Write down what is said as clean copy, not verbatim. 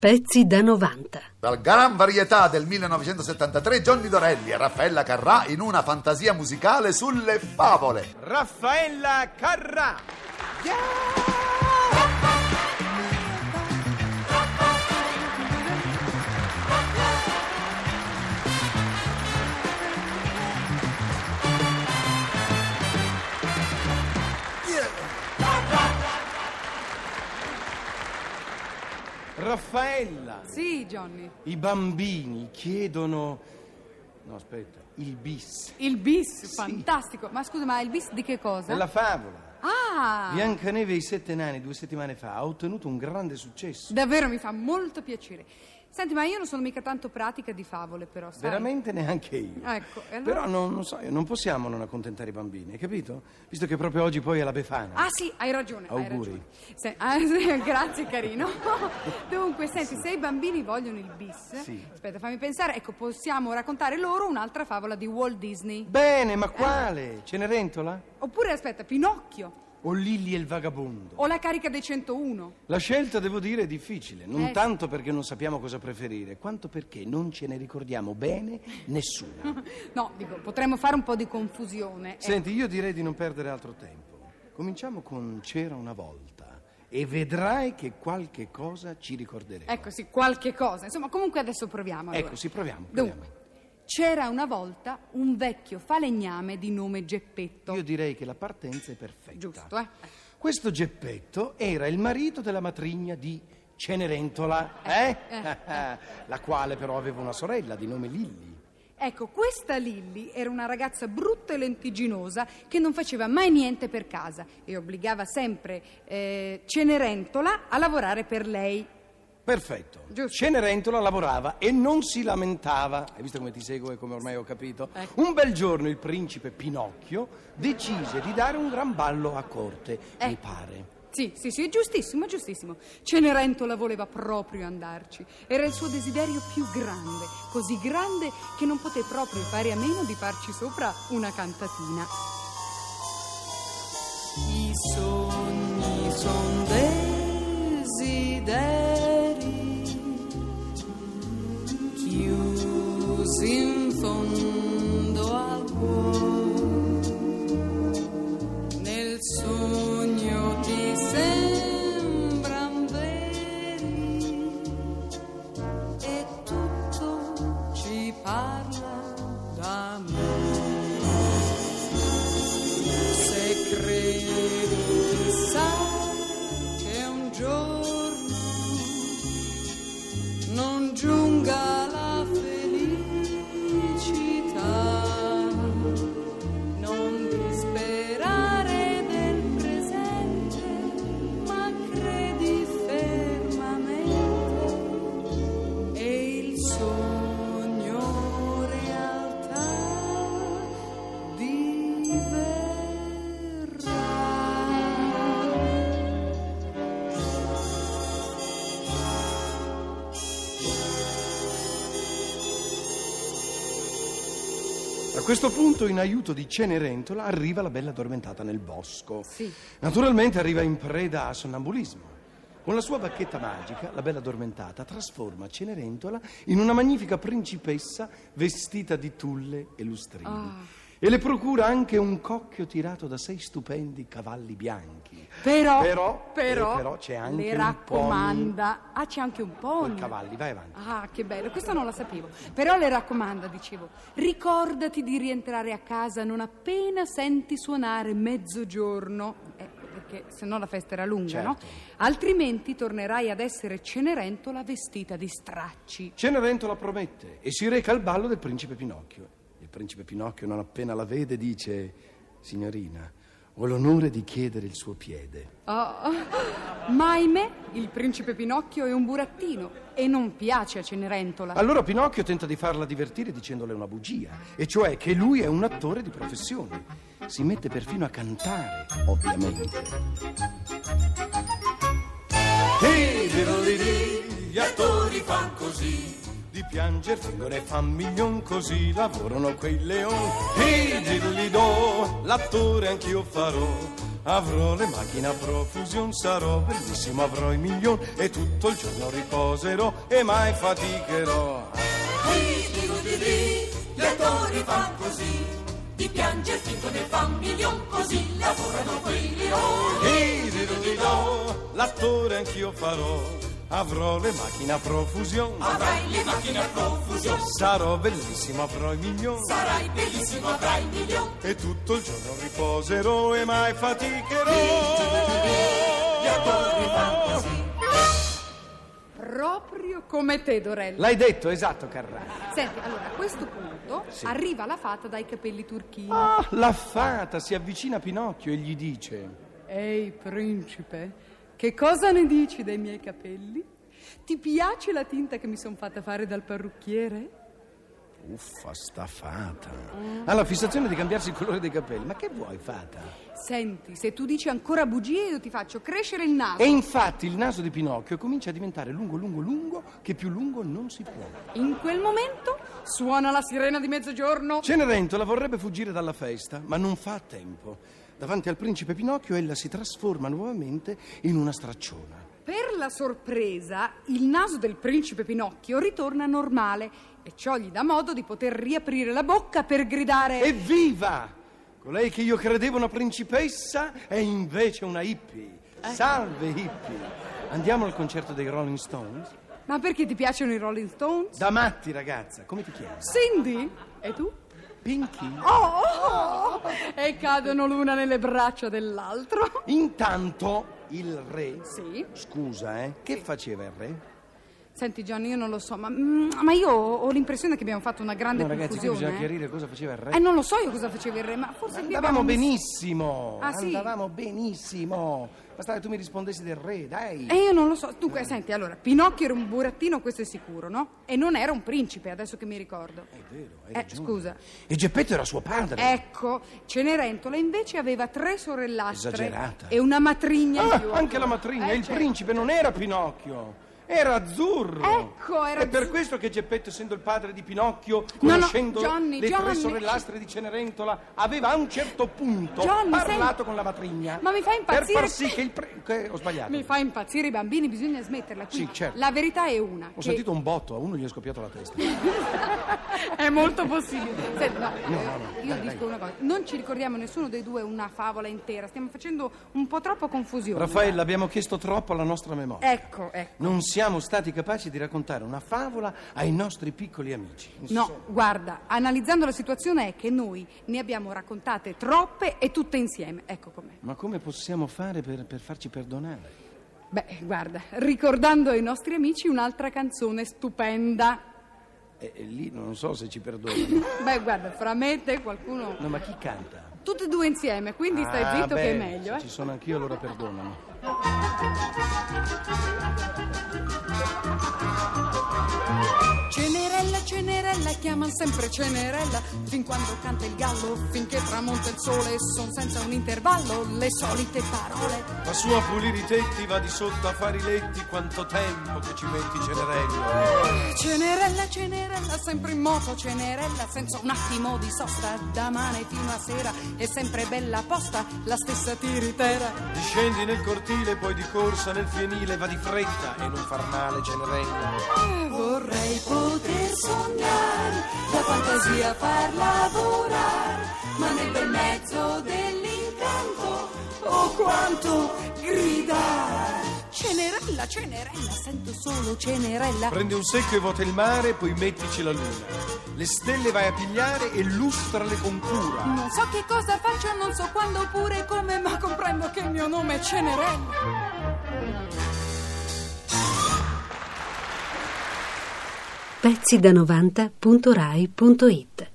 Pezzi da 90. Dal Gran Varietà del 1973, Johnny Dorelli e Raffaella Carrà in una fantasia musicale sulle favole. Raffaella Carrà. Raffaella. Sì, Johnny. I bambini chiedono... No, aspetta, il bis. Il bis, Sì. fantastico. Ma scusa, ma il bis di che cosa? Della favola. Ah! Biancaneve e i 7 nani 2 settimane fa ha ottenuto un grande successo. Davvero mi fa molto piacere. Senti, ma io non sono mica tanto pratica di favole, però, sai? Veramente neanche io. Ecco, e allora? Però non so, non possiamo non accontentare i bambini, hai capito? Visto che proprio oggi poi è la Befana. Ah sì, hai ragione. Hai Auguri. ragione. Sì, grazie, carino. Dunque, senti, se i bambini vogliono il bis, Sì. aspetta, fammi pensare, ecco, possiamo raccontare loro un'altra favola di Walt Disney. Bene, ma quale? Cenerentola? Oppure, aspetta, Pinocchio. O Lilli e il vagabondo? O La carica dei 101. La scelta, devo dire, è difficile. Non Sì. tanto perché non sappiamo cosa preferire, quanto perché non ce ne ricordiamo bene nessuna. No, dico, potremmo fare un po' di confusione. Senti, io direi di non perdere altro tempo. Cominciamo con C'era una volta e vedrai che qualche cosa ci ricorderemo. Ecco, sì, qualche cosa. Insomma, comunque adesso proviamo. Allora. Ecco, sì, proviamo. Dunque, c'era una volta un vecchio falegname di nome Geppetto. Io direi che la partenza è perfetta. Giusto, eh? Questo Geppetto era il marito della matrigna di Cenerentola, la quale però aveva una sorella di nome Lilli. Ecco, questa Lilli era una ragazza brutta e lentigginosa che non faceva mai niente per casa e obbligava sempre Cenerentola a lavorare per lei. Perfetto. Giusto. Cenerentola lavorava e non si lamentava. Hai visto come ti seguo e come ormai ho capito? Ecco. Un bel giorno il principe Pinocchio decise di dare un gran ballo a corte, mi pare. Sì, giustissimo, giustissimo. Cenerentola voleva proprio andarci. Era il suo desiderio più grande, così grande che non poté proprio fare a meno di farci sopra una cantatina. I sogni son desideri chiusi in fondo al cuore. Nel sogno ti sembran veri e tutto ci parla d'amore. Se credi chissà che un giorno non giunga la felicità, non disperare del presente, ma credi fermamente e il sogno realtà diverrà. A questo punto, in aiuto di Cenerentola, arriva la bella addormentata nel bosco. Sì. Naturalmente arriva in preda a sonnambulismo. Con la sua bacchetta magica, la bella addormentata trasforma Cenerentola in una magnifica principessa vestita di tulle e lustrini. E le procura anche un cocchio tirato da 6 stupendi cavalli bianchi. Però c'è anche le un raccomanda. Ah, c'è anche un pony. pony. Cavalli, vai avanti. Ah, che bello, questo non lo sapevo. Però le raccomanda, dicevo, ricordati di rientrare a casa non appena senti suonare mezzogiorno. Ecco, perché se no la festa era lunga, Certo. no? Altrimenti tornerai ad essere Cenerentola vestita di stracci. Cenerentola promette e si reca al ballo del principe Pinocchio. Il principe Pinocchio, non appena la vede, dice: signorina, ho l'onore di chiedere il suo piede. Oh, ma ahimè, il principe Pinocchio è un burattino e non piace a Cenerentola. Allora Pinocchio tenta di farla divertire dicendole una bugia, e cioè che lui è un attore di professione. Si mette perfino a cantare, ovviamente. Gli attori fan così, di pianger fingono e fan mignon, così lavorano quei leoni. Diddly do, l'attore anch'io farò, Avrò le macchine a profusione, sarò bellissimo, avrò i milioni e tutto il giorno riposerò e mai faticherò. Gli attori fan così, di piangere fingono e fan milion, così lavorano quei leoni. L'attore anch'io farò, avrò le macchine a profusione, Avrai le macchine a profusione, sarò bellissimo, avrò i milioni sarai bellissimo, avrai milion. e tutto il giorno riposerò e mai faticherò. Gli attori fan così. Proprio come te, Dorella. L'hai detto, esatto, Carrà. Senti, allora, a questo punto arriva la fata dai capelli turchini. Ah, la fata si avvicina a Pinocchio e gli dice: Ehi, principe, che cosa ne dici dei miei capelli? Ti piace la tinta che mi son fatta fare dal parrucchiere? uffa, sta fata. Ha la fissazione di cambiarsi il colore dei capelli. Ma che vuoi, fata? Senti, se tu dici ancora bugie, io ti faccio crescere il naso. E infatti il naso di Pinocchio comincia a diventare lungo, che più lungo non si può. In quel momento suona la sirena di mezzogiorno. Cenerentola vorrebbe fuggire dalla festa, ma non fa a tempo. Davanti al principe Pinocchio ella si trasforma nuovamente in una stracciona. Per la sorpresa, il naso del principe Pinocchio ritorna normale e ciò gli dà modo di poter riaprire la bocca per gridare: Evviva! Colei che io credevo una principessa è invece una hippie. Salve, hippie! Andiamo al concerto dei Rolling Stones? Ma perché ti piacciono i Rolling Stones? Da matti, ragazza. Come ti chiami? Cindy? E tu? Pinky? Oh! E cadono l'una nelle braccia dell'altro. Intanto il re... Sì? Scusa, che faceva il re? Senti Johnny, io non lo so, ma io ho l'impressione che abbiamo fatto una grande No, ragazzi, qui confusione. bisogna chiarire cosa faceva il re. Non lo so io cosa faceva il re, ma forse qui Andavamo abbiamo messo- benissimo. Ah, sì? Andavamo benissimo. Bastava che tu mi rispondessi del re, dai. E io non lo so. Dunque, senti, allora, Pinocchio era un burattino, questo è sicuro, no? E non era un principe, adesso che mi ricordo. È vero, hai ragione. Scusa. E Geppetto era suo padre. Ecco, Cenerentola invece aveva 3 sorellastre. Esagerata. E una matrigna in più. Anche la matrigna, il certo. principe non era Pinocchio. Era azzurro. Ecco, era E per azzurro. questo che Geppetto, essendo il padre di Pinocchio, No, no, conoscendo Johnny, le 3 Johnny. sorellastre di Cenerentola, aveva a un certo punto Johnny, parlato senti. con la matrigna. Ma mi fa impazzire. Per far sì che il che ho sbagliato. Mi fa impazzire i bambini, bisogna smetterla. Quindi, Sì, certo. La verità è una. Ho che sentito un botto, a uno gli è scoppiato la testa. È molto possibile. Senti, io dai, dico una cosa. Non ci ricordiamo nessuno dei due una favola intera. Stiamo facendo un po' troppa confusione. Raffaella, abbiamo chiesto troppo alla nostra memoria. Ecco. Non siamo stati capaci di raccontare una favola ai nostri piccoli amici. No, guarda, analizzando la situazione è che noi ne abbiamo raccontate troppe e tutte insieme. Ecco com'è. Ma come possiamo fare per farci perdonare? Beh, guarda, ricordando ai nostri amici un'altra canzone stupenda. E lì non so se ci perdonano. Beh, guarda, fra me e te qualcuno... No, ma chi canta? Tutte e due insieme, quindi stai zitto che è meglio, se ci sono anch'io allora perdonano. Cenerella, Cenerella, chiamano sempre Cenerella, fin quando canta il gallo, finché tramonta il sole, son senza un intervallo le solite parole. La sua pulire i tetti va di sotto a fare i letti, quanto tempo che ci metti, Cenerella. Cenerella, Cenerella, sempre in moto, Cenerella, senza un attimo di sosta, da mane fino a sera, è sempre bella posta, la stessa tiritera. Discendi nel cortile, poi di corsa nel fienile, va di fretta e non far male, Cenerella. Vorrei poter sognare, la fantasia far lavorare, ma nel bel mezzo dell'incanto, oh quanto gridare. Cenerella, Cenerella, sento solo Cenerella. Prendi un secchio e vuota il mare, poi mettici la luna. Le stelle vai a pigliare e lustrale con cura. Non so che cosa faccio, non so quando oppure come, ma comprendo che il mio nome è Cenerella. Pezzi da 90.rai.it